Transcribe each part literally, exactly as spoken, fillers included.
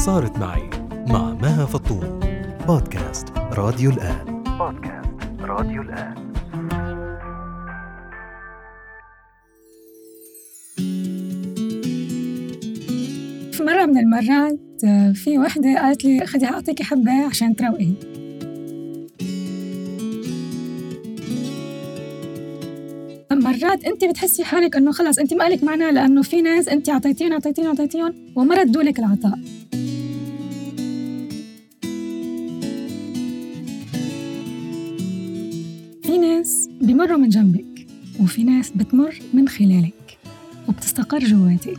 صارت معي مع مها فطوم. بودكاست راديو الآن. بودكاست راديو الآن. في مرة من المرات في وحدة قالت لي خدي أعطيك حبة عشان تروقي. مرات أنت بتحسي حالك أنه خلاص أنت مالك معنا، لأنه في ناس أنت عطيتين عطيتين عطيتين وما ردوا لك العطاء. في ناس بيمروا من جنبك، وفي ناس بتمر من خلالك وبتستقر جواتك.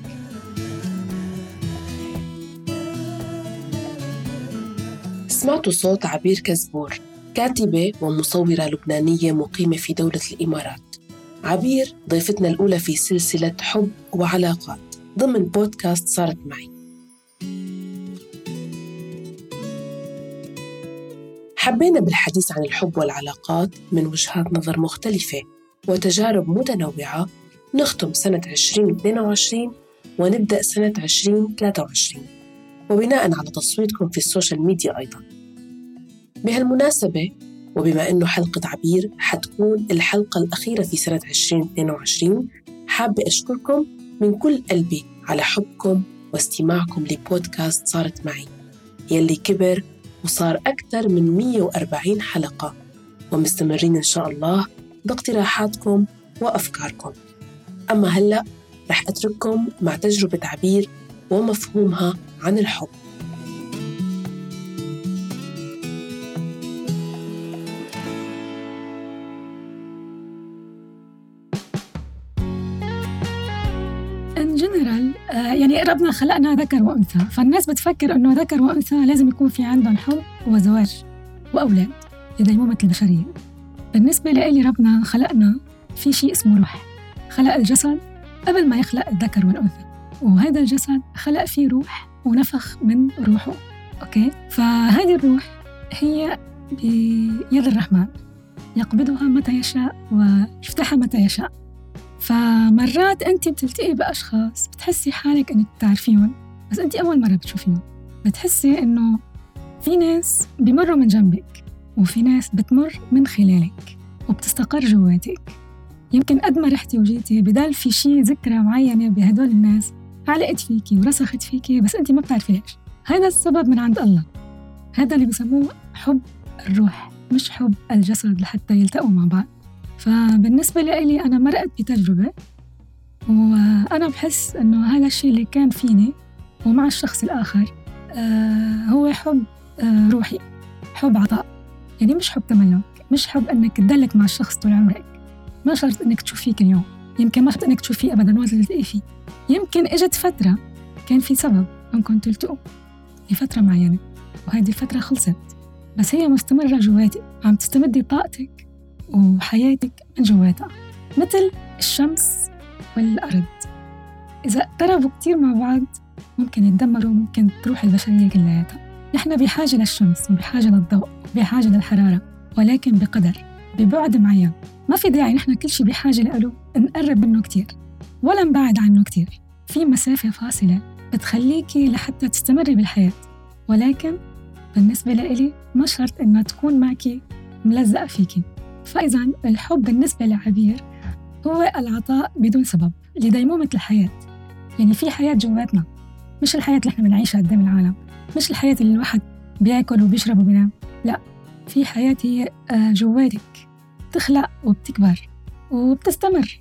سمعتوا صوت عبير كزبور، كاتبة ومصورة لبنانية مقيمة في دولة الإمارات. عبير ضيفتنا الأولى في سلسلة حب وعلاقات ضمن بودكاست صارت معي. حبينا بالحديث عن الحب والعلاقات من وجهات نظر مختلفة وتجارب متنوعة، نختم سنة عشرين اثنين وعشرين ونبدأ سنة عشرين ثلاثة وعشرين، وبناء على تصويتكم في السوشيال ميديا أيضاً. بهالمناسبة، وبما أنه حلقة عبير حتكون الحلقة الأخيرة في سنة عشرين اثنين وعشرين، حابة أشكركم من كل قلبي على حبكم واستماعكم لبودكاست صارت معي، يلي كبر وصار أكثر من مئة وأربعين حلقة، ومستمرين إن شاء الله باقتراحاتكم وأفكاركم. أما هلأ رح أترككم مع تجربة عبير ومفهومها عن الحب. in general آه يعني ربنا خلقنا ذكر وأنثى، فالناس بتفكر إنه ذكر وأنثى لازم يكون في عندهم حب وزواج وأولاد لديمومة البشرية. بالنسبة لي ربنا خلقنا في شيء اسمه روح، خلق الجسد قبل ما يخلق الذكر والأنثى، وهذا الجسد خلق فيه روح ونفخ من روحه. أوكي، فهذه الروح هي بيد الرحمن، يقبضها متى يشاء ويفتحها متى يشاء. فمرات أنت بتلتقي بأشخاص بتحسي حالك أنك تعرفيهم، بس أنت أول مرة بتشوفيهم. بتحسي أنه في ناس بيمروا من جنبك، وفي ناس بتمر من خلالك وبتستقر جواتك. يمكن قد ما رحتي وجيتي بدال في شيء ذكرى معينة بهدول الناس علقت فيكي ورسخت فيكي، بس أنت ما بتعرفي ليش. هذا السبب من عند الله، هذا اللي بيسموه حب الروح، مش حب الجسد لحتى يلتقوا مع بعض. فبالنسبة لي أنا مرقت بتجربة، وأنا بحس أنه هذا الشيء اللي كان فيني ومع الشخص الآخر آه هو حب آه روحي، حب عطاء. يعني مش حب تملك، مش حب أنك تدلك مع الشخص طول عمرك، ما شرط أنك تشوفيه كل يوم، يمكن ما شرط أنك تشوفيه أبداً ولا تلتقي فيه. يمكن إجت فترة كان في سبب أنكم تلتقوا لفترة معينة، وهذه الفترة خلصت، بس هي مستمرة جواتك، عم تستمدي طاقتك وحياتك من جواتها، مثل الشمس والأرض. إذا اقتربوا كتير مع بعض ممكن يتدمروا، ممكن تروح البشرية كلها. نحن بحاجة للشمس وبحاجة للضوء وبحاجة للحرارة، ولكن بقدر، ببعد معين. ما في داعي نحن كل شيء بحاجة له نقرب منه كتير ولا نبعد عنه كتير. في مسافة فاصلة بتخليكي لحتى تستمري بالحياة، ولكن بالنسبة لإلي ما شرط إنها تكون معكي ملزقة فيكي. فإذا الحب بالنسبة لعبير هو العطاء بدون سبب لديمومة الحياة. يعني في حياة جواتنا، مش الحياة اللي احنا بنعيشها قدام العالم، مش الحياة اللي الواحد بياكل وبيشرب وبينام، لا، في حياة هي جواتك، تخلق وبتكبر وبتستمر،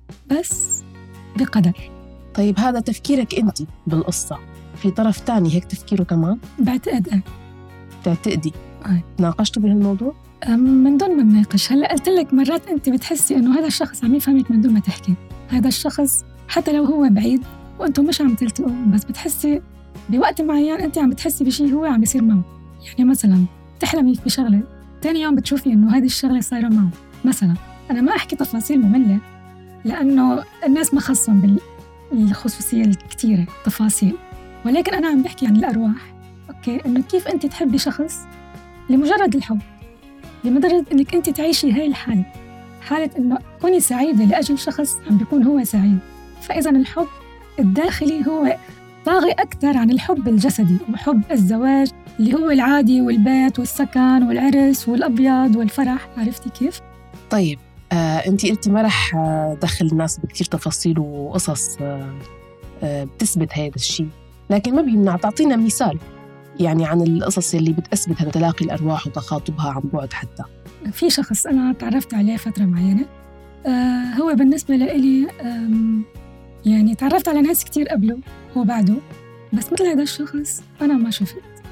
بس بقدر. طيب هذا تفكيرك أنت بالقصة، في طرف تاني هيك تفكيره كمان؟ بعتقد أه تعتقدي؟ أه. ناقشتوا بهالموضوع؟ من دون ما نناقش. هلأ قلت لك مرات أنت بتحسي إنه هذا الشخص عم يفهمك من دون ما تحكي. هذا الشخص حتى لو هو بعيد وأنتم مش عم تلتقوا، بس بتحسي بوقت معين أنت عم بتحسي بشيء هو عم يصير معه. يعني مثلا تحلمي بشغلة، تاني يوم بتشوفي إنه هذه الشغلة صايرة معه. مثلا أنا ما أحكي تفاصيل مملة لأنه الناس ما خصهم بالخصوصية الكتيرة تفاصيل، ولكن أنا عم بحكي عن الأرواح. أوكي، إنه كيف أنت تحبي شخص لمجرد الحب، لمجرد إنك أنت تعيشي هاي الحالة، حالة إنه كوني سعيدة لأجل شخص عم بيكون هو سعيد. فإذا الحب الداخلي هو طاغي أكثر عن الحب الجسدي وحب الزواج اللي هو العادي والبيت والسكن والعرس والأبيض والفرح. عرفتي كيف؟ طيب آه، أنتي قلتي ما رح دخل الناس بكتير تفاصيل وقصص آه، آه، بتثبت هذا الشيء، لكن ما بيمنع تعطينا مثال يعني عن القصص اللي بتثبت هذا تلاقي الأرواح وتخاطبها عن بعد. حتى في شخص أنا تعرفت عليه فترة معينة، آه هو بالنسبة لي يعني تعرفت على ناس كتير قبله وبعده، بس مثل هذا الشخص أنا ما شفت.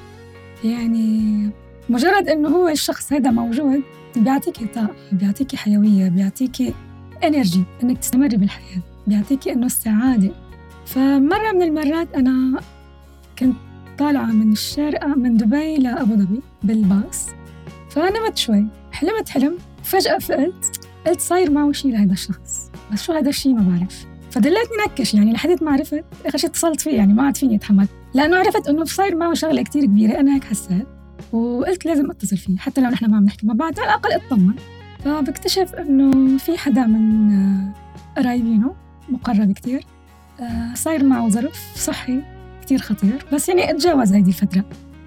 يعني مجرد إنه هو الشخص هذا موجود بيعطيكي طاقة، بيعطيكي حيوية، بيعطيكي إنرجي إنك تستمري بالحياة، بيعطيكي إنه السعادة. فمرة من المرات أنا كنت طالعة من الشارقة من دبي لأبو ظبي بالباص، فنمت شوي، حلمت حلم، فجأة فقلت قلت صاير معه شيء لهذا الشخص، بس شو هذا الشيء ما بعرف. فدلتني نكش يعني لحد ما عرفت آخر شيء اتصلت فيه، يعني ما عاد فيني أتحمل، لأنه عرفت إنه صاير معه شغلة كتير كبيرة. أنا هيك حسيت وقلت لازم أتصل فيه حتى لو نحن ما بنحكي مع بعض، على الأقل أطمن. فبكتشف إنه في حدا من قرايبينه مقرب كتير صاير معه ظرف صحي كتير خطير، بس يعني اتجاوز هذه الفترة.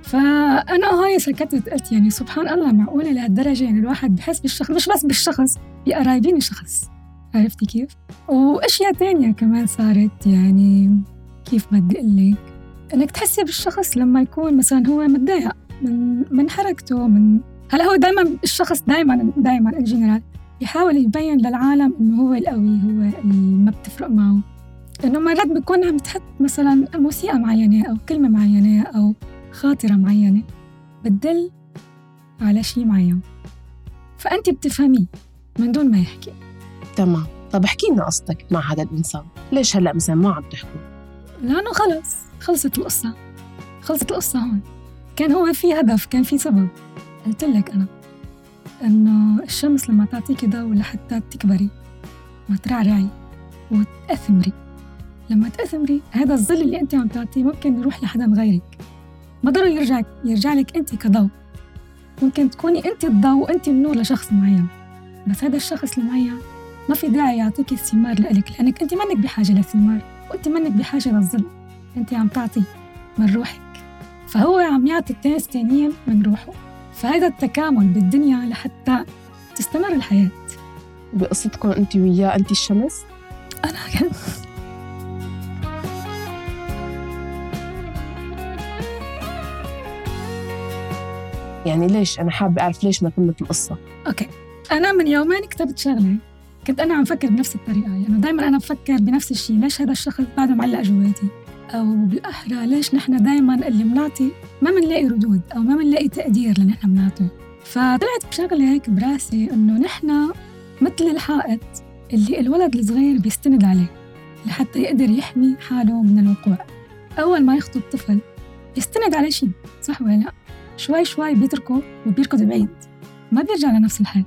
فأنا هاي سكتت قلت يعني سبحان الله، معقولة لهالدرجة يعني الواحد بحس بالشخص، مش بس بالشخص، بقرايبين شخص. عرفتي كيف؟ وأشياء تانية كمان صارت، يعني كيف بدي أقول لك، إنك تحسي بالشخص لما يكون مثلا هو متضايق من من حركته، من هلا هو دايما الشخص دايما دايما الجنرال يحاول يبين للعالم إنه هو القوي، هو اللي ما بتفرق معه، إنه مرات بيكون عم تحط مثلا موسيقى معينة أو كلمة معينة أو خاطرة معينة بتدل على شيء معين، فأنت بتفهميه من دون ما يحكي. تمام. طب احكي لنا قصتك مع هذا الإنسان، ليش هلأ مثلا ما عم تحكوا؟ لأنه خلص خلصت القصة، خلصت القصة هون. كان هو في هدف، كان في سبب. قلت لك أنا إنه الشمس لما تعطيكي ضوء لحتى تكبري وترعرعي وتأثمري، لما تأثمري هذا الظل اللي أنت عم تعطيه ممكن يروح لحدا غيرك، ما ضروري يرجع يرجع لك أنت كضوء، ممكن تكوني أنت الضوء وأنت النور لشخص معين، بس هذا الشخص المعين ما في داعي يعطيك الثمار لإلك، لأنك أنت منك بحاجة للثمار وأنت منك بحاجة للظل، أنت عم تعطي من روحك، فهو عم يعطي الناس تانيين من روحه. فهذا التكامل بالدنيا لحتى تستمر الحياة. بقصتكم أنت وياه أنت الشمس؟ أنا كان يعني ليش؟ أنا حابة أعرف ليش ما تمت القصة. أوكي، أنا من يومين كتبت شغلة، كنت أنا عم فكر بنفس الطريقة، يعني دايماً أنا بفكر بنفس الشيء، ليش هذا الشخص بعده معلق جواتي، أو بالأحرى ليش نحن دايماً اللي بنعطي ما منلاقي ردود أو ما منلاقي تقدير اللي نحن بنعطيه. فطلعت بشغلة هيك براسي إنه نحن مثل الحائط اللي الولد الصغير بيستند عليه لحتى يقدر يحمي حاله من الوقوع. أول ما يخطب طفل يستند على شيء، صح ولا لا؟ شوي شوي بيتركه وبيركض بعيد، ما بيرجع لنفس الحال.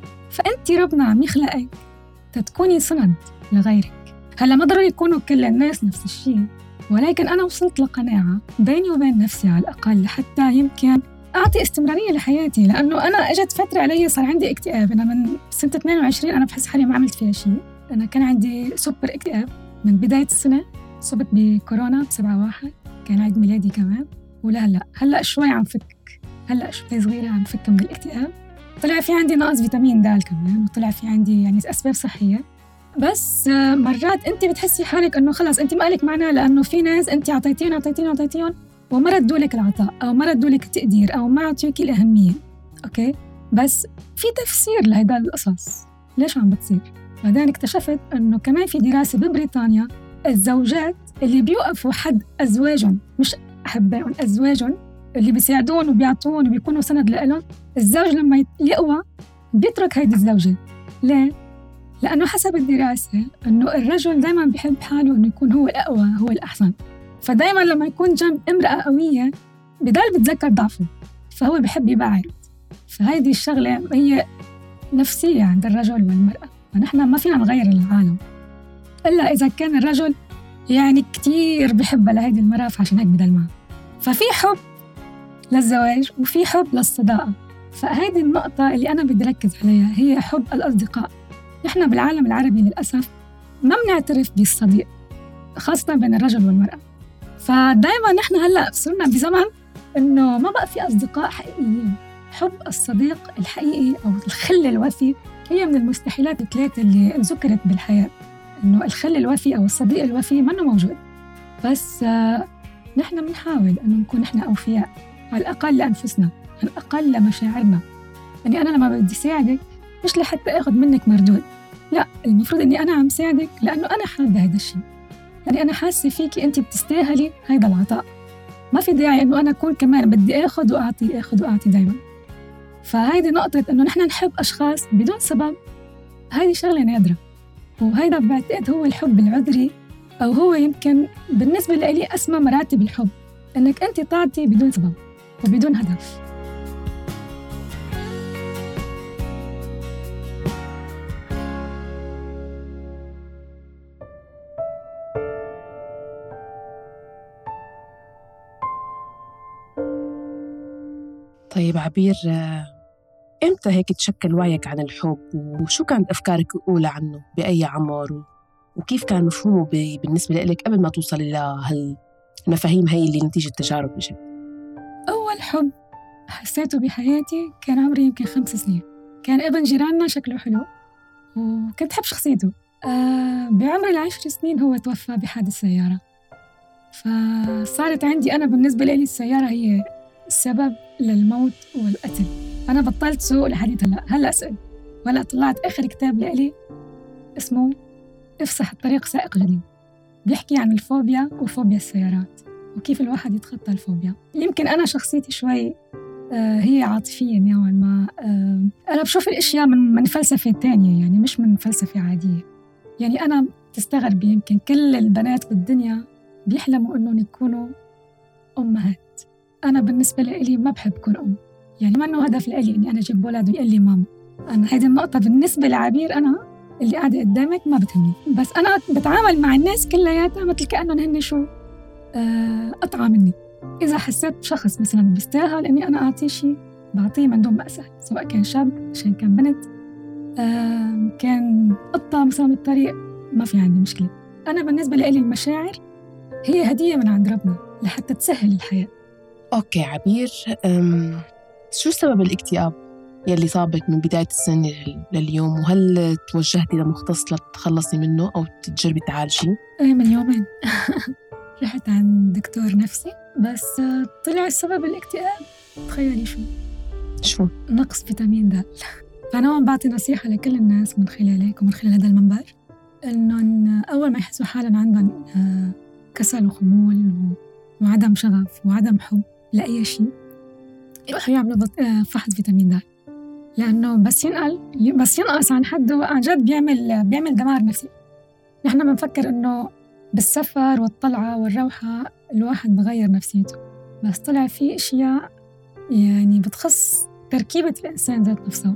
فأنت ربنا عم يخلقك تتكوني سند لغيرك. هلا ما ضروري يكونوا كل الناس نفس الشيء، ولكن أنا وصلت لقناعة بيني وبين نفسي على الأقل حتى يمكن أعطي استمرارية لحياتي، لأنه أنا أجت فترة علي صار عندي اكتئاب. أنا من سنة اثنين وعشرين أنا بحس حالي ما عملت فيها شيء، أنا كان عندي سوبر اكتئاب من بداية السنة، صبت بكورونا بسبعة واحد، كان عيد ميلادي كمان، ولا هلا هلا شوي عم فك، هلا شوي صغيرة عم فك من الاكتئاب. طلع في عندي نقص فيتامين د كمان، وطلع في عندي يعني أسباب صحية. بس مرات أنت بتحسي حالك إنه خلاص أنت ما لك معنى، لأنه في ناس أنت عطيتين عطيتين عطيتين وما ردوا لك العطاء أو ما ردوا لك التقدير أو ما عطيوك الأهمية. أوكي، بس في تفسير لهذا القصص ليش عم بتصير. بعدين اكتشفت إنه كمان في دراسة ببريطانيا، الزوجات اللي بيوقفوا حد أزواجهم، مش أحبائهم، أزواجهم اللي بيساعدون وبيعطون وبيكونوا سند لهم، الزوج لما يقوى بيترك هيدي الزوجة. ليه؟ لأنه حسب الدراسة إنه الرجل دايماً بيحب حاله إنه يكون هو الأقوى، هو الأحسن، فدايماً لما يكون جنب امرأة قوية بدال بتذكر ضعفه، فهو بيحب يبعد. فهيدي الشغلة هي نفسية عند الرجل والمرأة، فنحن ما فينا نغير العالم إلا إذا كان الرجل يعني كتير بيحبها لهيدي المرأة، فعشان هيك بدل معها. ففي حب للزواج وفي حب للصداقة، فهذه النقطة اللي أنا بدي ركز عليها هي حب الأصدقاء. نحن بالعالم العربي للأسف ما بنعترف بالصديق، خاصة بين الرجل والمرأة. فدايما نحن هلأ صرنا بزمن إنه ما بقى في أصدقاء حقيقيين. حب الصديق الحقيقي أو الخل الوفي هي من المستحيلات الثلاثة اللي ذكرت بالحياة، إنه الخل الوفي أو الصديق الوفي منه موجود. بس آه نحن بنحاول إنه نكون نحن أوفياء، على الأقل لأنفسنا، على الأقل لمشاعرنا. يعني أنا لما بدي ساعدك مش لحتى أخذ منك مردود، لا، المفروض إني أنا عم ساعدك لأنه أنا حابة هذا الشيء، يعني أنا حاسة فيكي أنت بتستاهلي هذا العطاء. ما في داعي إنه أنا أكون كمان بدي أخذ وأعطي أخذ وأعطي دايما. فهيدي نقطة إنه نحن نحب أشخاص بدون سبب، هيدي شغلة نادرة، وهيدا بعتقد هو الحب العذري، أو هو يمكن بالنسبة لي أسمى مراتب الحب، إنك أنت تعطي بدون سبب وبدون هدف. طيب عبير، إمتى هيك تشكل وعيك عن الحب، وشو كانت أفكارك الأولى عنه بأي عمر، وكيف كان مفهومه بالنسبة لك قبل ما توصلي لهالمفاهيم هاي اللي نتيجة تجارب إجت؟ أول حب حسيته بحياتي كان عمري يمكن خمس سنين. كان ابن جيراننا شكله حلو وكنت أحب شخصيته. آه بعمر العشر سنين هو توفى بحادث سيارة، فصارت عندي أنا بالنسبة لي السيارة هي السبب للموت والقتل. أنا بطلت سوق لحديث هلأ هلأ أسأل، ولا طلعت آخر كتاب لإلي اسمه افسح الطريق سائق جديد، بيحكي عن الفوبيا وفوبيا السيارات وكيف الواحد يتخطى الفوبيا. يمكن أنا شخصيتي شوي آه هي عاطفية نوعا ما. آه أنا بشوف الأشياء من, من فلسفة تانية، يعني مش من فلسفة عادية. يعني أنا تستغرب يمكن كل البنات في الدنيا بيحلموا إنهم يكونوا أمهات. أنا بالنسبة لي ما بحب كون أم، يعني ما إنه هدف لإلي إني أنا أجيب ولد ويقول لي ماما. أنا هيدي النقطة بالنسبة لعبير أنا اللي قاعدة قدامك ما بتهمني، بس أنا بتعامل مع الناس كلياتها مثل كأنهم هن شو آه قطعة مني. إذا حسيت شخص مثلا بيستاهل إني أنا أعطيه شيء بعطيه من دون مأساة، سواء كان شاب عشان كان بنت آه كان قطة مثلا بالطريق، ما في عندي مشكلة. أنا بالنسبة لي المشاعر هي هدية من عند ربنا لحتى تسهل الحياة. أوكي عبير، شو سبب الاكتئاب يلي صابك من بداية السنة لليوم، وهل توجهتي لمختص لتخلصي منه أو تجربي تعالجي؟ أي من يومين رحت عند دكتور نفسي، بس طلع السبب الاكتئاب. تخيلي شو شو؟ نقص فيتامين د. فأنا عم بعطي نصيحة لكل الناس من خلالك ومن خلال هذا المنبر، إنه أول ما يحسوا حالا عندهم كسل وخمول وعدم شغف وعدم حب لأي شيء، يروحوا يعملوا فحص فيتامين د، لأنه بس ينقل بس ينقص عن حده عن جد بيعمل بيعمل دمار نفسي. نحن بنفكر إنه بالسفر والطلعة والروحة الواحد بغير نفسيته، بس طلع في أشياء يعني بتخص تركيبة الإنسان ذات نفسه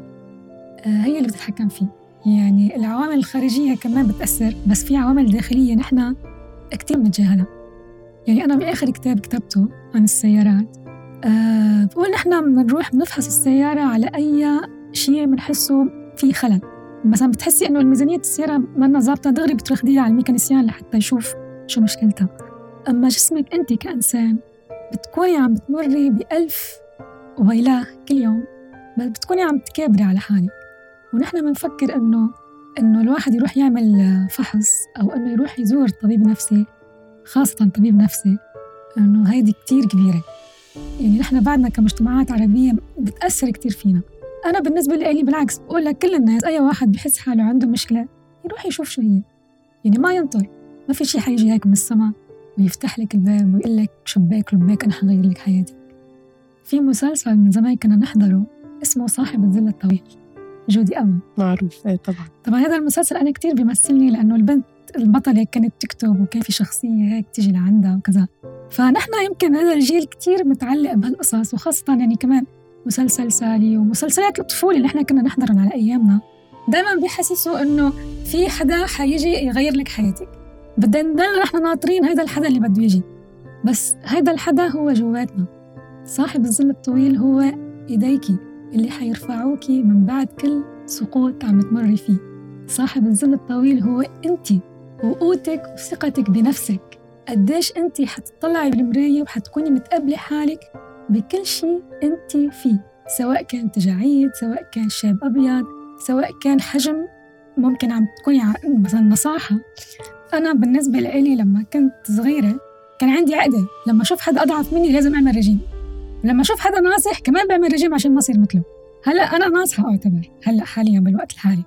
هي اللي بتتحكم فيه. يعني العوامل الخارجية كمان بتأثر، بس في عوامل داخلية نحن كتير بنتجاهلها. يعني أنا بآخر كتاب كتبته عن السيارات أه بقول نحن بنروح بنفحص السيارة على أي شيء بنحسه فيه خلل. مثلا بتحسي إنه الميزانية السيارة ما ظابطة، دغري بتاخديها على الميكانيسيان لحتى يشوف شو مشكلتها. أما جسمك أنت كإنسان بتكوني عم بتمري بألف ويلاه كل يوم، بل بتكوني عم تكابري على حالك. ونحن بنفكر إنه إنه الواحد يروح يعمل فحص أو إنه يروح يزور طبيب نفسي، خاصة طبيب نفسي، إنه هيدي كتير كبيرة. يعني نحن بعدنا كمجتمعات عربية بتأثر كتير فينا. أنا بالنسبة لي بالعكس بقول لك كل الناس، أي واحد بحس حاله عنده مشكلة يروح يشوف شو هي، يعني ما ينطر. ما في شيء حيجي هيك من السماء ويفتح لك الباب ويقول لك شباك لباك أنا حغير لك حياتك. في مسلسل من زمان كنا نحضره اسمه صاحب الظل الطويل، جودي ألين، معروف. ايه طبعا طبعا هذا المسلسل أنا كتير بيمثلني، لأنه البنت البطلة كانت تكتب وكان في شخصية هيك تيجي لعندها وكذا. فنحن يمكن هذا الجيل كتير متعلق بهالقصص، وخاصة يعني كمان مسلسل سالي ومسلسلات الطفولة اللي احنا كنا نحضرهم على أيامنا، دايما بيحسسوا إنه في حدا حيجي يغير لك حياتك. بدنا نحن ناطرين هذا الحدا اللي بده يجي، بس هذا الحدا هو جواتنا. صاحب الظل الطويل هو إيديكي اللي حيرفعوكي من بعد كل سقوط عم تمري فيه. صاحب الظل الطويل هو أنتي وقوتك وثقتك بنفسك قديش أنت حتطلعي بالمراية وحتكوني متقبلة حالك بكل شيء أنت فيه، سواء كان تجاعيد، سواء كان شاب أبيض، سواء كان حجم ممكن عم تكوني مثلا نصاحة. أنا بالنسبة لي لما كنت صغيرة كان عندي عقدة، لما أشوف حدا أضعف مني لازم أعمل رجيم، لما أشوف حدا ناصح كمان بعمل رجيم عشان ما أصير مثله. هلأ أنا ناصحة أعتبر هلأ حاليا بالوقت الحالي،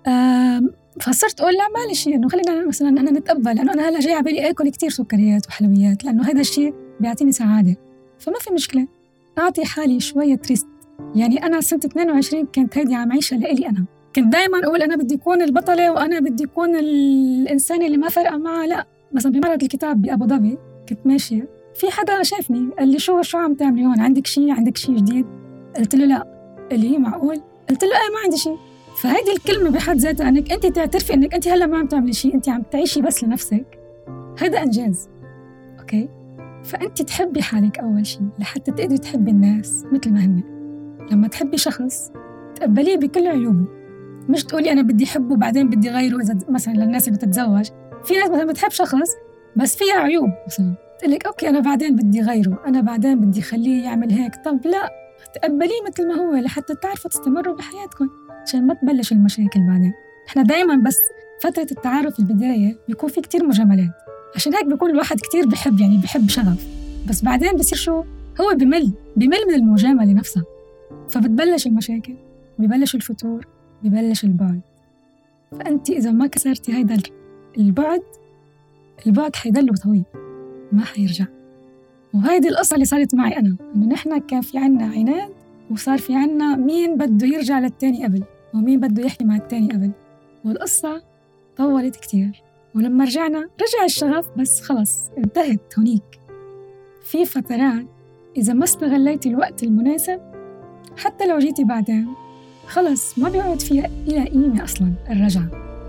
فصرت أقول لا ما لي شيء، إنه خلينا مثلا أنا نتقبل، لأنه أنا هلأ جاي على بالي آكل كتير سكريات وحلويات، لأنه هذا الشيء بيعطيني سعادة، فما في مشكلة أعطي حالي شوية تريست. يعني أنا سنة اثنين وعشرين كنت هيدي عم عيشها لإلي أنا، كنت دايما أقول أنا بدي أكون البطلة وأنا بدي أكون الإنسان اللي ما فرق معه. لا مثلا بمعرض الكتاب بأبو ظبي كنت ماشية، في حدا شافني قال لي شو شو عم تعملي هون، عندك شيء عندك شيء جديد؟ قلت له لا. اللي هي معقول؟ قلت له ايه ما عندي شيء. فهيدي الكلمة بحد ذاتها انك انت تعترفي انك انت هلا ما عم تعملي شيء، انت عم تعيشي بس لنفسك، هذا انجاز. اوكي، فانت تحبي حالك اول شيء لحتى تقدري تحبي الناس مثل ما هن. لما تحبي شخص تقبليه بكل عيوبه، مش تقولي انا بدي احبه بعدين بدي غيره. اذا مثلا للناس اللي بتتزوج، في ناس مثلا بتحب شخص بس فيها عيوب، مثلا تقول لك اوكي انا بعدين بدي غيره، انا بعدين بدي خليه يعمل هيك. طب لا، تقبليه مثل ما هو لحتى تعرفوا تستمروا بحياتكم عشان ما تبلش المشاكل بعدين. احنا دايما بس فترة التعارف البداية بيكون في كتير مجاملات، عشان هيك بيكون الواحد كتير بحب يعني بحب شغف، بس بعدين بصير شو هو بمل بمل من المجاملة نفسها، فبتبلش المشاكل، ببلش الفتور، ببلش البعد. فأنت إذا ما كسرتي هيدا البعد، البعد حيضل طويل ما حيرجع. وهيدي القصة اللي صارت معي أنا، إنه نحن كان في عنا عناد وصار في عنا مين بده يرجع للتاني قبل ومين بده يحكي مع التاني قبل، والقصة طولت كتير. ولما رجعنا رجع الشغف، بس خلص انتهت هونيك. في فترات إذا ما استغليتي الوقت المناسب، حتى لو جيتي بعدين خلص ما بيعود فيها إلى قيمة أصلاً الرجعة.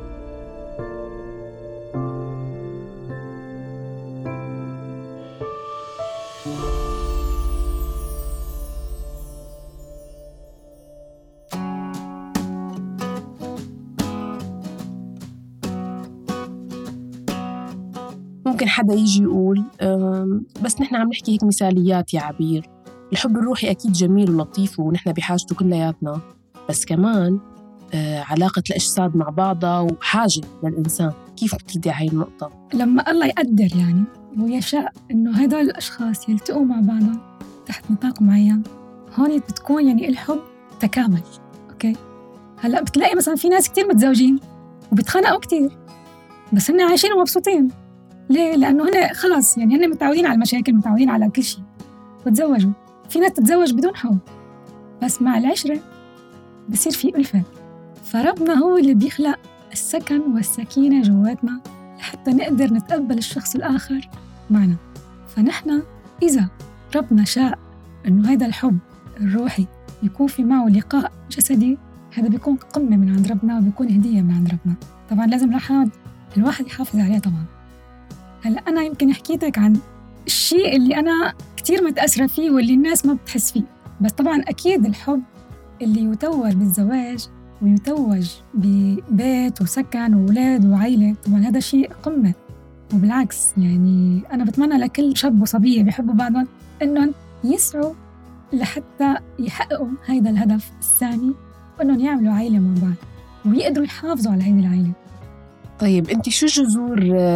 ممكن حدا يجي يقول بس نحن عم نحكي هيك مثاليات يا عبير، الحب الروحي أكيد جميل ولطيف ونحن بحاجته كلياتنا، بس كمان علاقة الأجساد مع بعضها وحاجة للإنسان. كيف بتردي هاي النقطة؟ لما الله يقدر يعني ويشاء إنه هدول الأشخاص يلتقوا مع بعضهم تحت نطاق معين، هون بتكون يعني الحب تكامل. أوكي، هلأ بتلاقي مثلا في ناس كتير متزوجين وبيتخانقوا كتير، بس هن عايشين ومبسوطين. ليه؟ لأنه هن خلاص يعني هن متعودين على المشاكل، متعودين على كل شيء وتزوجوا. في ناس تتزوج بدون حب، بس مع العشرة بصير في ألفة. فربنا هو اللي بيخلق السكن والسكينة جواتنا لحتى نقدر نتقبل الشخص الآخر معنا. فنحن إذا ربنا شاء إنه هذا الحب الروحي يكون في معه لقاء جسدي، هذا بيكون قمة من عند ربنا وبيكون هدية من عند ربنا. طبعاً لازم الواحد يحافظ عليه. طبعاً هلأ أنا يمكن حكيتك عن الشيء اللي أنا كتير متأثرة فيه واللي الناس ما بتحس فيه، بس طبعاً أكيد الحب اللي يتوج بالزواج ويتوج ببيت وسكن وولاد وعائلة، طبعاً هذا شيء قمة. وبالعكس يعني أنا بتمنى لكل شاب وصبية بيحبوا بعضهم إنهم يسعوا لحتى يحققوا هذا الهدف السامي، وإنهم يعملوا عائلة مع بعض ويقدروا يحافظوا على هذه العائلة. طيب أنت شو جذور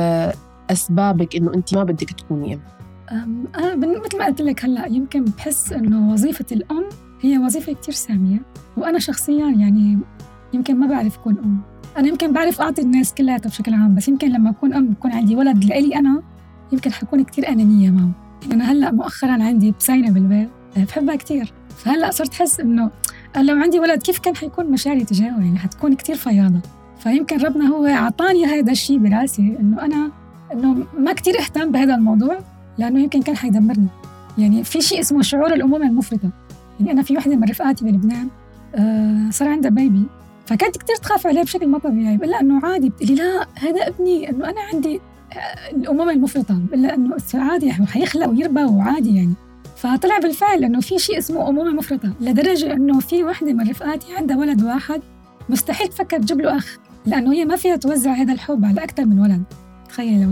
أسبابك إنه أنت ما بدك تكوني أم؟ أنا مثل ما قلت لك هلأ يمكن بحس إنه وظيفة الأم هي وظيفة كتير سامية، وأنا شخصياً يعني يمكن ما بعرف أكون أم. أنا يمكن بعرف أعطي الناس كلها بشكل عام، بس يمكن لما أكون أم يكون عندي ولد لإلي أنا يمكن حكون كتير أنانية معه. أنا هلأ مؤخراً عندي بسينة بالبيت بحبها كتير، فهلأ صرت حس إنه لو عندي ولد كيف كان حيكون مشاعري تجاهه، يعني حتكون كتير فياضة. فيمكن ربنا هو عطاني هذا الشيء براسي إنه أنا إنه ما كتير اهتم بهذا الموضوع، لأنه يمكن كان حيدمرني. يعني في شيء اسمه شعور الأمومة المفرطة. يعني أنا في واحدة من رفقاتي بلبنان آه صار عندها بيبي، فكانت كتير تخاف عليه بشكل ما طبيعي، بقول لها إنه عادي، بتقولي لا هذا ابني، إنه أنا عندي الأمومة المفرطة، بقول لها إنه عادي حيخلق ويربى وعادي يعني. فطلع بالفعل إنه في شيء اسمه أمومة مفرطة، لدرجة إنه في واحدة من رفقاتي عندها ولد واحد مستحيل تفكر تجيب له أخ، لأنه هي ما فيها توزع هذا الحب على أكثر من ولد. تخيلي لوين.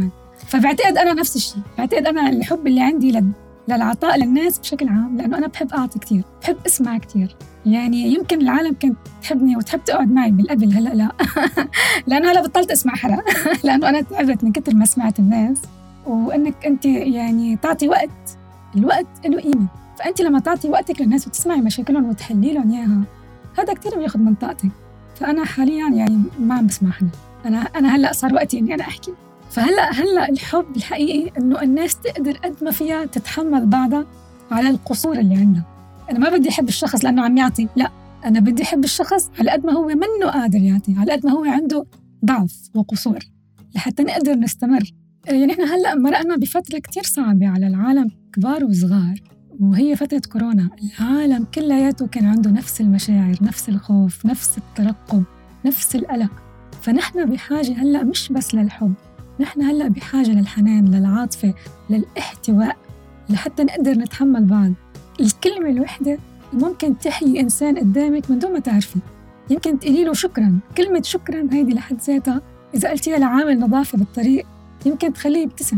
فبعتقد أنا نفس الشيء، بعتقد أنا الحب اللي عندي لل... للعطاء للناس بشكل عام، لأنه أنا بحب أعطي كتير، بحب أسمع كتير. يعني يمكن العالم كانت تحبني وتحب تقعد معي بالقبل، هلأ لا لأنه هلأ بطلت أسمع حدا لأنه أنا تعبت من كتر ما سمعت الناس. وإنك أنت يعني تعطي وقت، الوقت له قيمة، فأنت لما تعطي وقتك للناس وتسمعي مشاكلهم وتحلي لهم إياها، هذا كتير بياخد من طاقتك. فأنا حاليا يعني ما عم بسمع حدا، أنا أنا هلأ صار وقتي إني أنا أحكي. فهلأ هلأ الحب الحقيقي إنه الناس تقدر قد ما فيها تتحمل بعضها على القصور اللي عندها. أنا ما بدي أحب الشخص لأنه عم يعطي، لا، أنا بدي أحب الشخص على قد ما هو منه قادر يعطي، على قد ما هو عنده ضعف وقصور، لحتى نقدر نستمر. يعني إحنا هلأ مرقنا بفترة كتير صعبة على العالم كبار وصغار، وهي فترة كورونا. العالم كلياته كان عنده نفس المشاعر، نفس الخوف، نفس الترقب، نفس القلق. فنحن بحاجة هلأ مش بس للحب، نحن هلأ بحاجة للحنان، للعاطفة، للاحتواء، لحتى نقدر نتحمل بعض. الكلمة الوحدة ممكن تحيي إنسان قدامك من دون ما تعرفي. يمكن تقولي له شكراً، كلمة شكراً هيدي لحد ذاتها إذا قلتيها لعامل نظافة بالطريق يمكن تخليه يبتسم.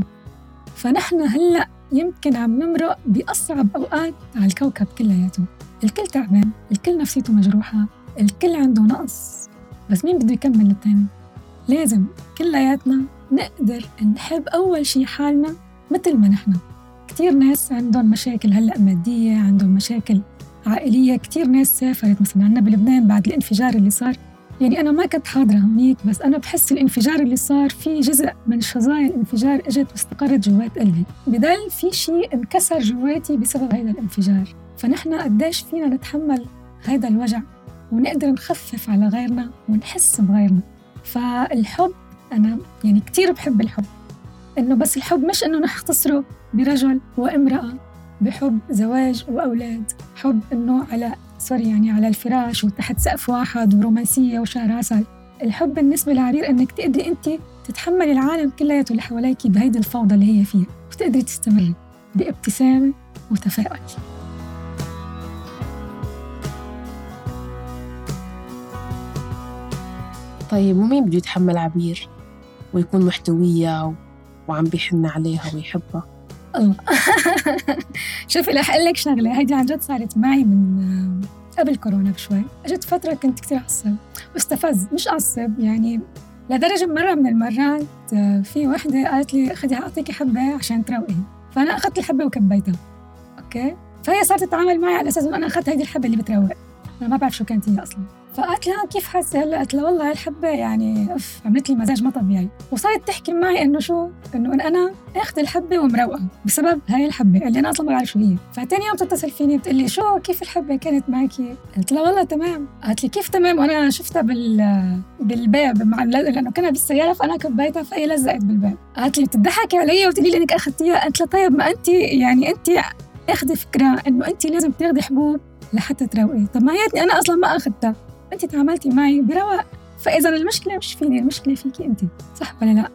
فنحن هلأ يمكن عم نمرق بأصعب أوقات على الكوكب كلياته، الكل تعبان، الكل نفسيته مجروحة، الكل عنده نقص، بس مين بده يكمل التاني؟ لازم كلياتنا نقدر نحب أول شي حالنا مثل ما نحن. كتير ناس عندهم مشاكل هلأ مادية، عندهم مشاكل عائلية، كتير ناس سافرت مثلا عنا بلبنان بعد الانفجار اللي صار. يعني أنا ما كنت حاضرة هونيك، بس أنا بحس الانفجار اللي صار في جزء من شظايا الانفجار اجت واستقرت جوات قلبي، بدل في شيء انكسر جواتي بسبب هذا الانفجار. فنحن قديش فينا نتحمل هذا الوجع ونقدر نخفف على غيرنا ونحس بغيرنا. فالحب أنا يعني كتير بحب الحب، إنه بس الحب مش إنه نختصره برجل وامرأة، بحب زواج وأولاد، حب إنه على سوري يعني على الفراش وتحت سقف واحد ورومانسية وشهر عسل. الحب بالنسبة لعبير إنك تقدري أنت تتحملي العالم كلياته اللي حواليكي بهيدي الفوضى اللي هي فيها، وتقدري تستمري بابتسامة وتفاؤل. طيب ومين بده يتحمل عبير ويكون محتوية وعم بيحن عليها ويحبها؟ الله شوفي رح أقول لك شغلة، هيدي عن جد صارت معي من قبل كورونا بشوي. أجت فترة كنت كتير عصب واستفز، مش عصب يعني، لدرجة مرة من المرات في وحدة قالت لي خدي أعطيكي حبة عشان تروقي، فأنا أخذت الحبة وكبيتها. أوكي، فهي صارت تتعامل معي على أساس إنه أنا أخذت هيدي الحبة اللي بتروق، أنا ما بعرف شو كانت هي أصلاً. فقالت لها كيف حاسة هلا؟ قلت لها والله الحبة يعني أف عملت لي مزاج ما طبيعي. وصارت تحكي معي إنه شو، إنه إن أنا أخذ الحبة ومروقة بسبب هاي الحبة اللي أنا أصلاً ما بعرف شو هي. فتاني يوم تتصل فيني بتقول لي شو كيف الحبة كانت معكي؟ قلت لها والله تمام. قالت لي كيف تمام وأنا شفتها بال بالباب مع لأنه كنا بالسيارة فأنا كبيتها فهي لزقت بالباب. قالت لي بتضحكي علي وتقولي لي إنك أخذتيها. قلت لها طيب ما أنت يعني أنت أخذي فكرة إنه أنت لازم تاخذي حبوب لحتى تروقي، طب ما هيتني أنا أصلاً ما أخذتها، أنت تعاملتي معي برواق، فإذا المشكلة مش فيني، المشكلة فيكي أنت، صح ولا لا؟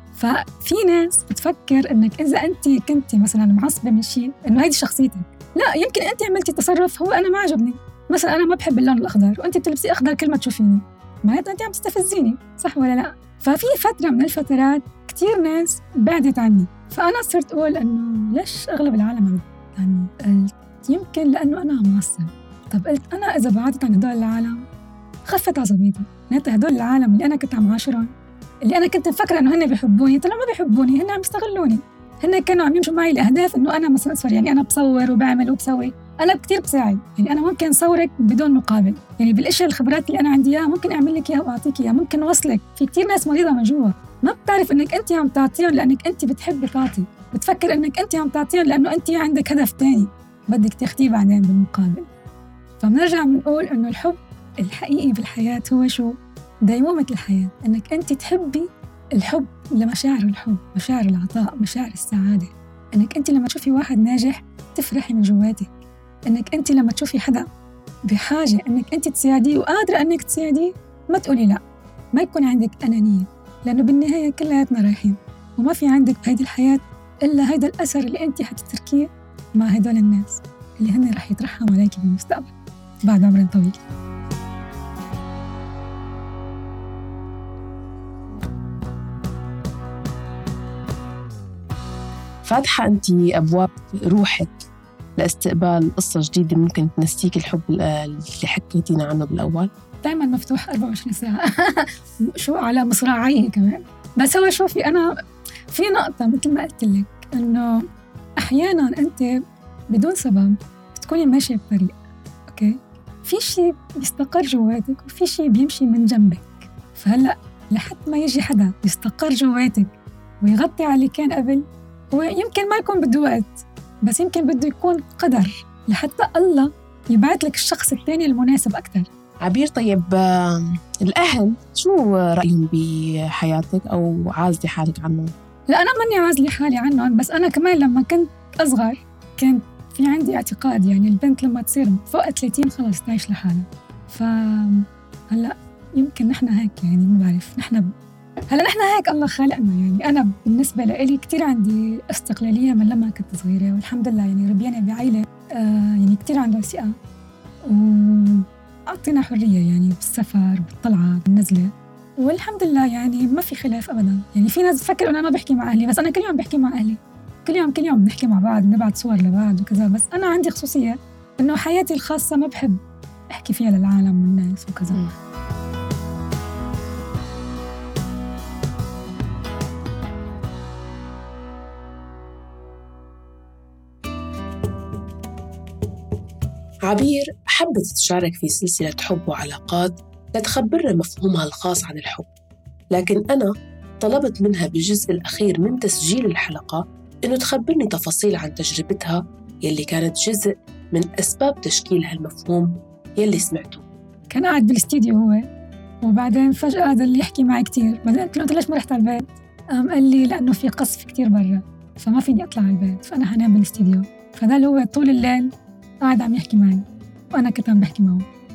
ففي ناس بتفكر إنك إذا أنت كنتي مثلاً معصبة من شيء إنه هيدي شخصيتك. لا، يمكن أنت عملتي تصرف هو أنا ما عجبني، مثلاً أنا ما بحب اللون الأخضر وأنت بتلبسي أخضر كل ما تشوفيني، ما هيدا أنت عم تستفزيني، صح ولا لا؟ ففي فترة من الفترات كتير ناس بعدت عني، فأنا صرت أقول إنه ليش أغلب العالم عم يعني، قلت يمكن لأنه أنا معصب. طب قلت أنا إذا بعدت عن هدول العالم خفت عصبيتي، نتا هدول العالم اللي أنا كنت عم عاشرهم، اللي أنا كنت مفكرة إنه هن بيحبوني، طلعوا ما بيحبوني، هن عم يستغلوني، هن كانوا عم يمشوا معي لأهداف إنه أنا مثلا أصفر يعني أنا بصور وبعمل وبسوي، أنا كتير بساعد، يعني أنا ممكن صورك بدون مقابل، يعني بالأشياء الخبرات اللي أنا عندي إياها ممكن أعمل لك إياها وأعطيك إياها، ممكن وصلك. في كتير ناس مريضة من جوا ما بتعرف إنك أنت عم تعطيهم لأنك أنت بتحبي تعطي، بتفكر إنك أنت عم تعطيهم لأنه أنت عندك هدف تاني بدك تاخديه بعدين بالمقابل. فبنرجع بنقول إنه الحب الحقيقي بالحياة هو شو؟ ديمومة الحياة، إنك أنت تحبي الحب لمشاعر الحب، مشاعر العطاء، مشاعر السعادة، إنك أنت لما تشوفي واحد ناجح تفرحي من جواتك، إنك أنت لما تشوفي حدا بحاجة إنك أنت تساعديه وقادرة إنك تساعديه ما تقولي لا، ما يكون عندك أنانية، لأنه بالنهاية كلياتنا رايحين وما في عندك بهيدي الحياة إلا هيدا الأثر اللي أنت حتتركيه مع هدول الناس اللي هن رح يترحموا عليكي بالمستقبل بعد عمر طويل. فاتحة أنت أبواب روحك لاستقبال قصة جديدة ممكن تنسيك الحب اللي حكيتينا عنه بالأول؟ دائما مفتوح أربعة وعشرين ساعة شو على مصراعيه كمان. بس هو شوفي، أنا في نقطة مثل ما قلت لك إنه أحياناً أنت بدون سبب بتكوني ماشية بطريق، أوكي، في شيء بيستقر جواتك وفي شيء بيمشي من جنبك. فهلأ لحد ما يجي حدا يستقر جواتك ويغطي على اللي كان قبل، هو يمكن ما يكون بده وقت، بس يمكن بده يكون قدر لحتى الله يبعث لك الشخص الثاني المناسب أكتر. عبير، طيب الأهل شو رأيهم بحياتك أو عازلة حالك عنهم؟ لا، أنا ماني عازلة حالي عنهم، بس أنا كمان لما كنت أصغر كنت في عندي اعتقاد يعني البنت لما تصير فوق ثلاثين خلاص تعيش لحالها. فهلأ يمكن نحن هيك، يعني ما بعرف، نحن ب... هلأ نحن هيك الله خالقنا. يعني أنا بالنسبة لي كتير عندي استقلالية من لما كنت صغيرة، والحمد لله يعني ربيانة بعائلة آه يعني كتير عندها ثقة، وأعطينا حرية يعني بالسفر بالطلعة بالنزلة، والحمد لله يعني ما في خلاف أبدا. يعني في ناس تفكر أنا ما بحكي مع أهلي، بس أنا كل يوم بحكي مع أهلي، كل يوم كل يوم بنحكي مع بعض، بنبعت صور لبعض وكذا. بس أنا عندي خصوصية إنه حياتي الخاصة ما بحب أحكي فيها للعالم والناس وكذا. م. عبير حبت تشارك في سلسلة حب وعلاقات لتخبرنا مفهومها الخاص عن الحب، لكن أنا طلبت منها بالجزء الأخير من تسجيل الحلقة إنه تخبرني تفاصيل عن تجربتها يلي كانت جزء من أسباب تشكيل هالمفهوم يلي سمعته. كان قاعد بالاستديو هو، وبعدين فجأة هذا اللي يحكي معي كتير، بعدين قلت له أنت ليش ما رحت على البيت؟ قام قال لي لأنه في قصف كتير برا فما فيني أطلع على البيت، فأنا حنام بالاستديو. فده اللي هو طول الليل قاعد عم يحكي معي وأنا كنت عم بحكي معه.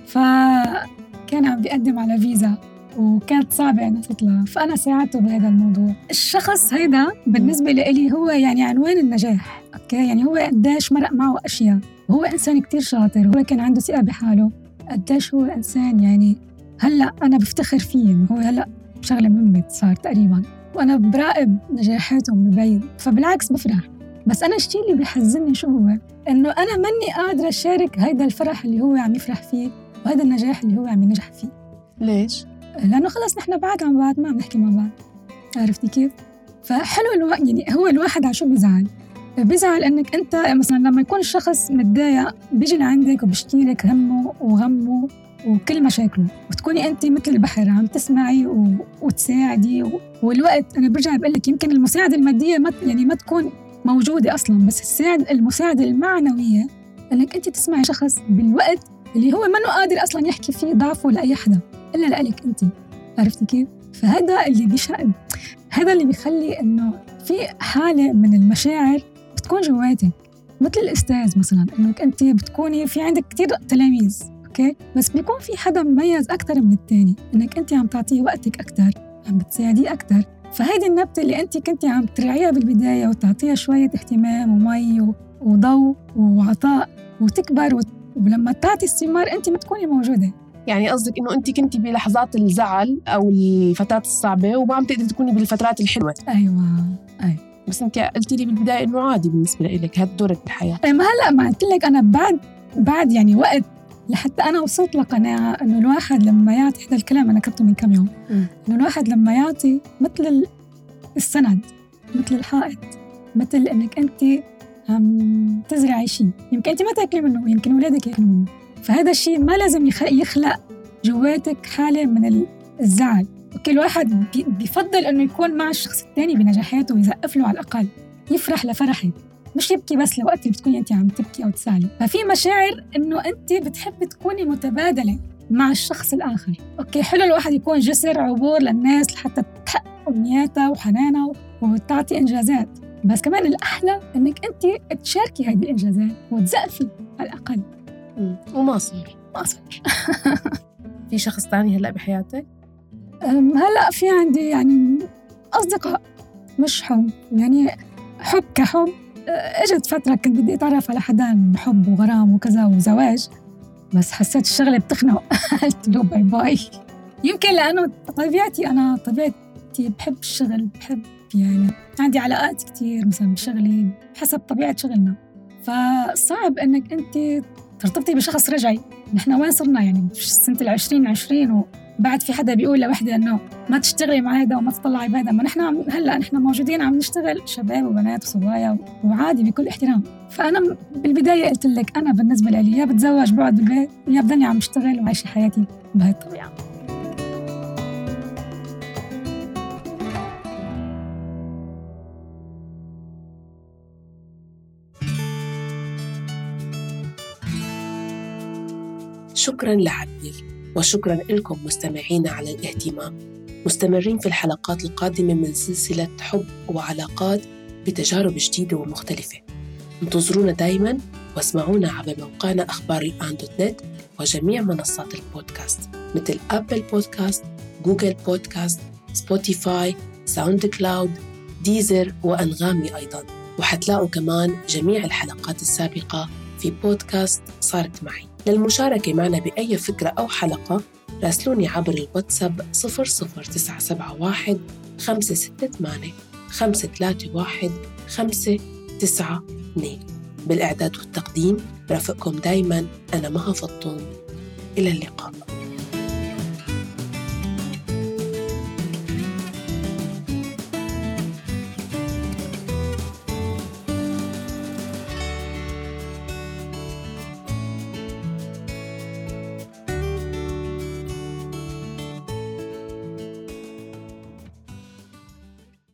فكان عم بيقدم على فيزا وكانت صعبة أن تطلع، فأنا ساعدته بهذا الموضوع. الشخص هيدا بالنسبة لي هو يعني عنوان النجاح، أوكي، يعني هو قداش مرق معه أشياء، وهو إنسان كتير شاطر، هو كان عنده ثقة بحاله، قداش هو إنسان يعني هلأ أنا بفتخر فيه. هو هلأ شغلة مهمة صار تقريباً، وأنا براقب نجاحاته من بعيد، فبالعكس بفرح. بس أنا الشيء اللي بيحزنني شو هو؟ إنه أنا مني قادرة أشارك هيدا الفرح اللي هو عم يفرح فيه وهذا النجاح اللي هو عم ينجح فيه. ليش؟ لأنه خلص نحن بعد عن بعد ما عم نحكي مع بعض، عرفتي كيف؟ فحلو الوقت، يعني هو الواحد عشو بيزعل بيزعل إنك أنت مثلا لما يكون الشخص متضايق بيجي لعندك وبيشكي لك همه وغمه وكل مشاكله، وتكوني أنت مثل البحر عم تسمعي و... وتساعدي و... والوقت أنا برجع بقول لك يمكن المساعدة المادية ما يعني ما تكون موجودة أصلاً، بس الساعد المساعدة المعنوية إنك أنت تسمعي شخص بالوقت اللي هو منه قادر أصلاً يحكي فيه ضعفه لأي حدا إلا لألك أنت، عرفتي كيف؟ فهذا اللي بيشقد، هذا اللي بيخلي إنه في حالة من المشاعر بتكون جواتك، مثل الأستاذ مثلاً، إنك أنت بتكوني في عندك كتير تلاميذ، أوكي، بس بيكون في حدا مميز أكتر من التاني، إنك أنت عم تعطيه وقتك أكتر، عم بتساعديه أكتر. فهيدي النبتة اللي أنت كنتي عم ترعيها بالبداية وتعطيها شوية اهتمام ومي وضوء وعطاء وتكبر، ولما تعطي الثمار أنت ما تكوني موجودة. يعني قصدك إنه أنت كنتي بلحظات الزعل أو الفترات الصعبة وما عم تقدري تكوني بالفترات الحلوة. أيوة أي. بس أنت قلتي لي بالبداية إنه عادي بالنسبة لك هاد دورك بالحياة. ما هلأ ما قلت لك أنا بعد بعد يعني وقت لحتى أنا وصلت لقناعة إنه الواحد لما يعطي، هذا الكلام أنا كتبته من كم يوم، إنه الواحد لما يعطي مثل السند، مثل الحائط، مثل إنك أنت عم تزرعي شيء، يمكن أنت ما تاكلي منه، يمكن أولادك ياكلوا منه، فهذا الشيء ما لازم يخلق جواتك حالة من الزعل. وكل واحد بيفضل إنه يكون مع الشخص الثاني بنجاحاته ويزقف له على الأقل، يفرح لفرحه، مش يبكي بس لوقت اللي بتكوني أنت عم تبكي أو تسالي. ففي مشاعر إنه أنت بتحب تكوني متبادلة مع الشخص الآخر. أوكي، حلو الواحد يكون جسر عبور للناس لحتى تحقق أمنياتها وحنانها وتعطي إنجازات، بس كمان الأحلى إنك أنت تشاركي هذه الإنجازات وتزقفي على الأقل. وما صار ما صار في شخص تاني هلأ بحياتك؟ هلأ في عندي يعني أصدقاء، مش حب، يعني حب كحب. اجت فترة كنت بدي أتعرف على حدا حب وغرام وكذا وزواج، بس حسيت الشغلة بتخنق قلت له باي باي. يمكن لأنه طبيعتي أنا طبيعتي بحب الشغل، بحب يعني عندي علاقات كتير مثلا بشغلي حسب طبيعة شغلنا، فصعب إنك أنت ترتبطي بشخص رجعي. نحن وين صرنا يعني في سنة العشرين عشرين وبعد في حدا بيقول لوحدة إنه ما تشتغلي مع هذا وما تطلعي بهذا؟ ما نحن هلأ نحن موجودين عم نشتغل شباب وبنات وصبايا وعادي بكل احترام. فأنا بالبداية قلت لك أنا بالنسبة لي يا بتزوج بقعد بالبيت يا بدني عم اشتغل وعيش حياتي بهاي الطبيعة. شكراً لعبير، وشكراً لكم مستمعين على الاهتمام. مستمرين في الحلقات القادمة من سلسلة حب وعلاقات بتجارب جديدة ومختلفة. انتظرونا دايماً واسمعونا عبر موقعنا أخبار الآن دوت نت وجميع منصات البودكاست مثل أبل بودكاست، جوجل بودكاست، سبوتيفاي، ساوند كلاود، ديزر وأنغامي أيضاً. وحتلاقوا كمان جميع الحلقات السابقة في بودكاست صارت معي. للمشاركة معنا بأي فكرة أو حلقة راسلوني عبر الواتساب صفر صفر تسعة سبعة واحد خمسة ستة ثمانية خمسة ثلاثة واحد خمسة تسعة اثنين. بالإعداد والتقديم رافقكم دايماً أنا مها فطوم. إلى اللقاء.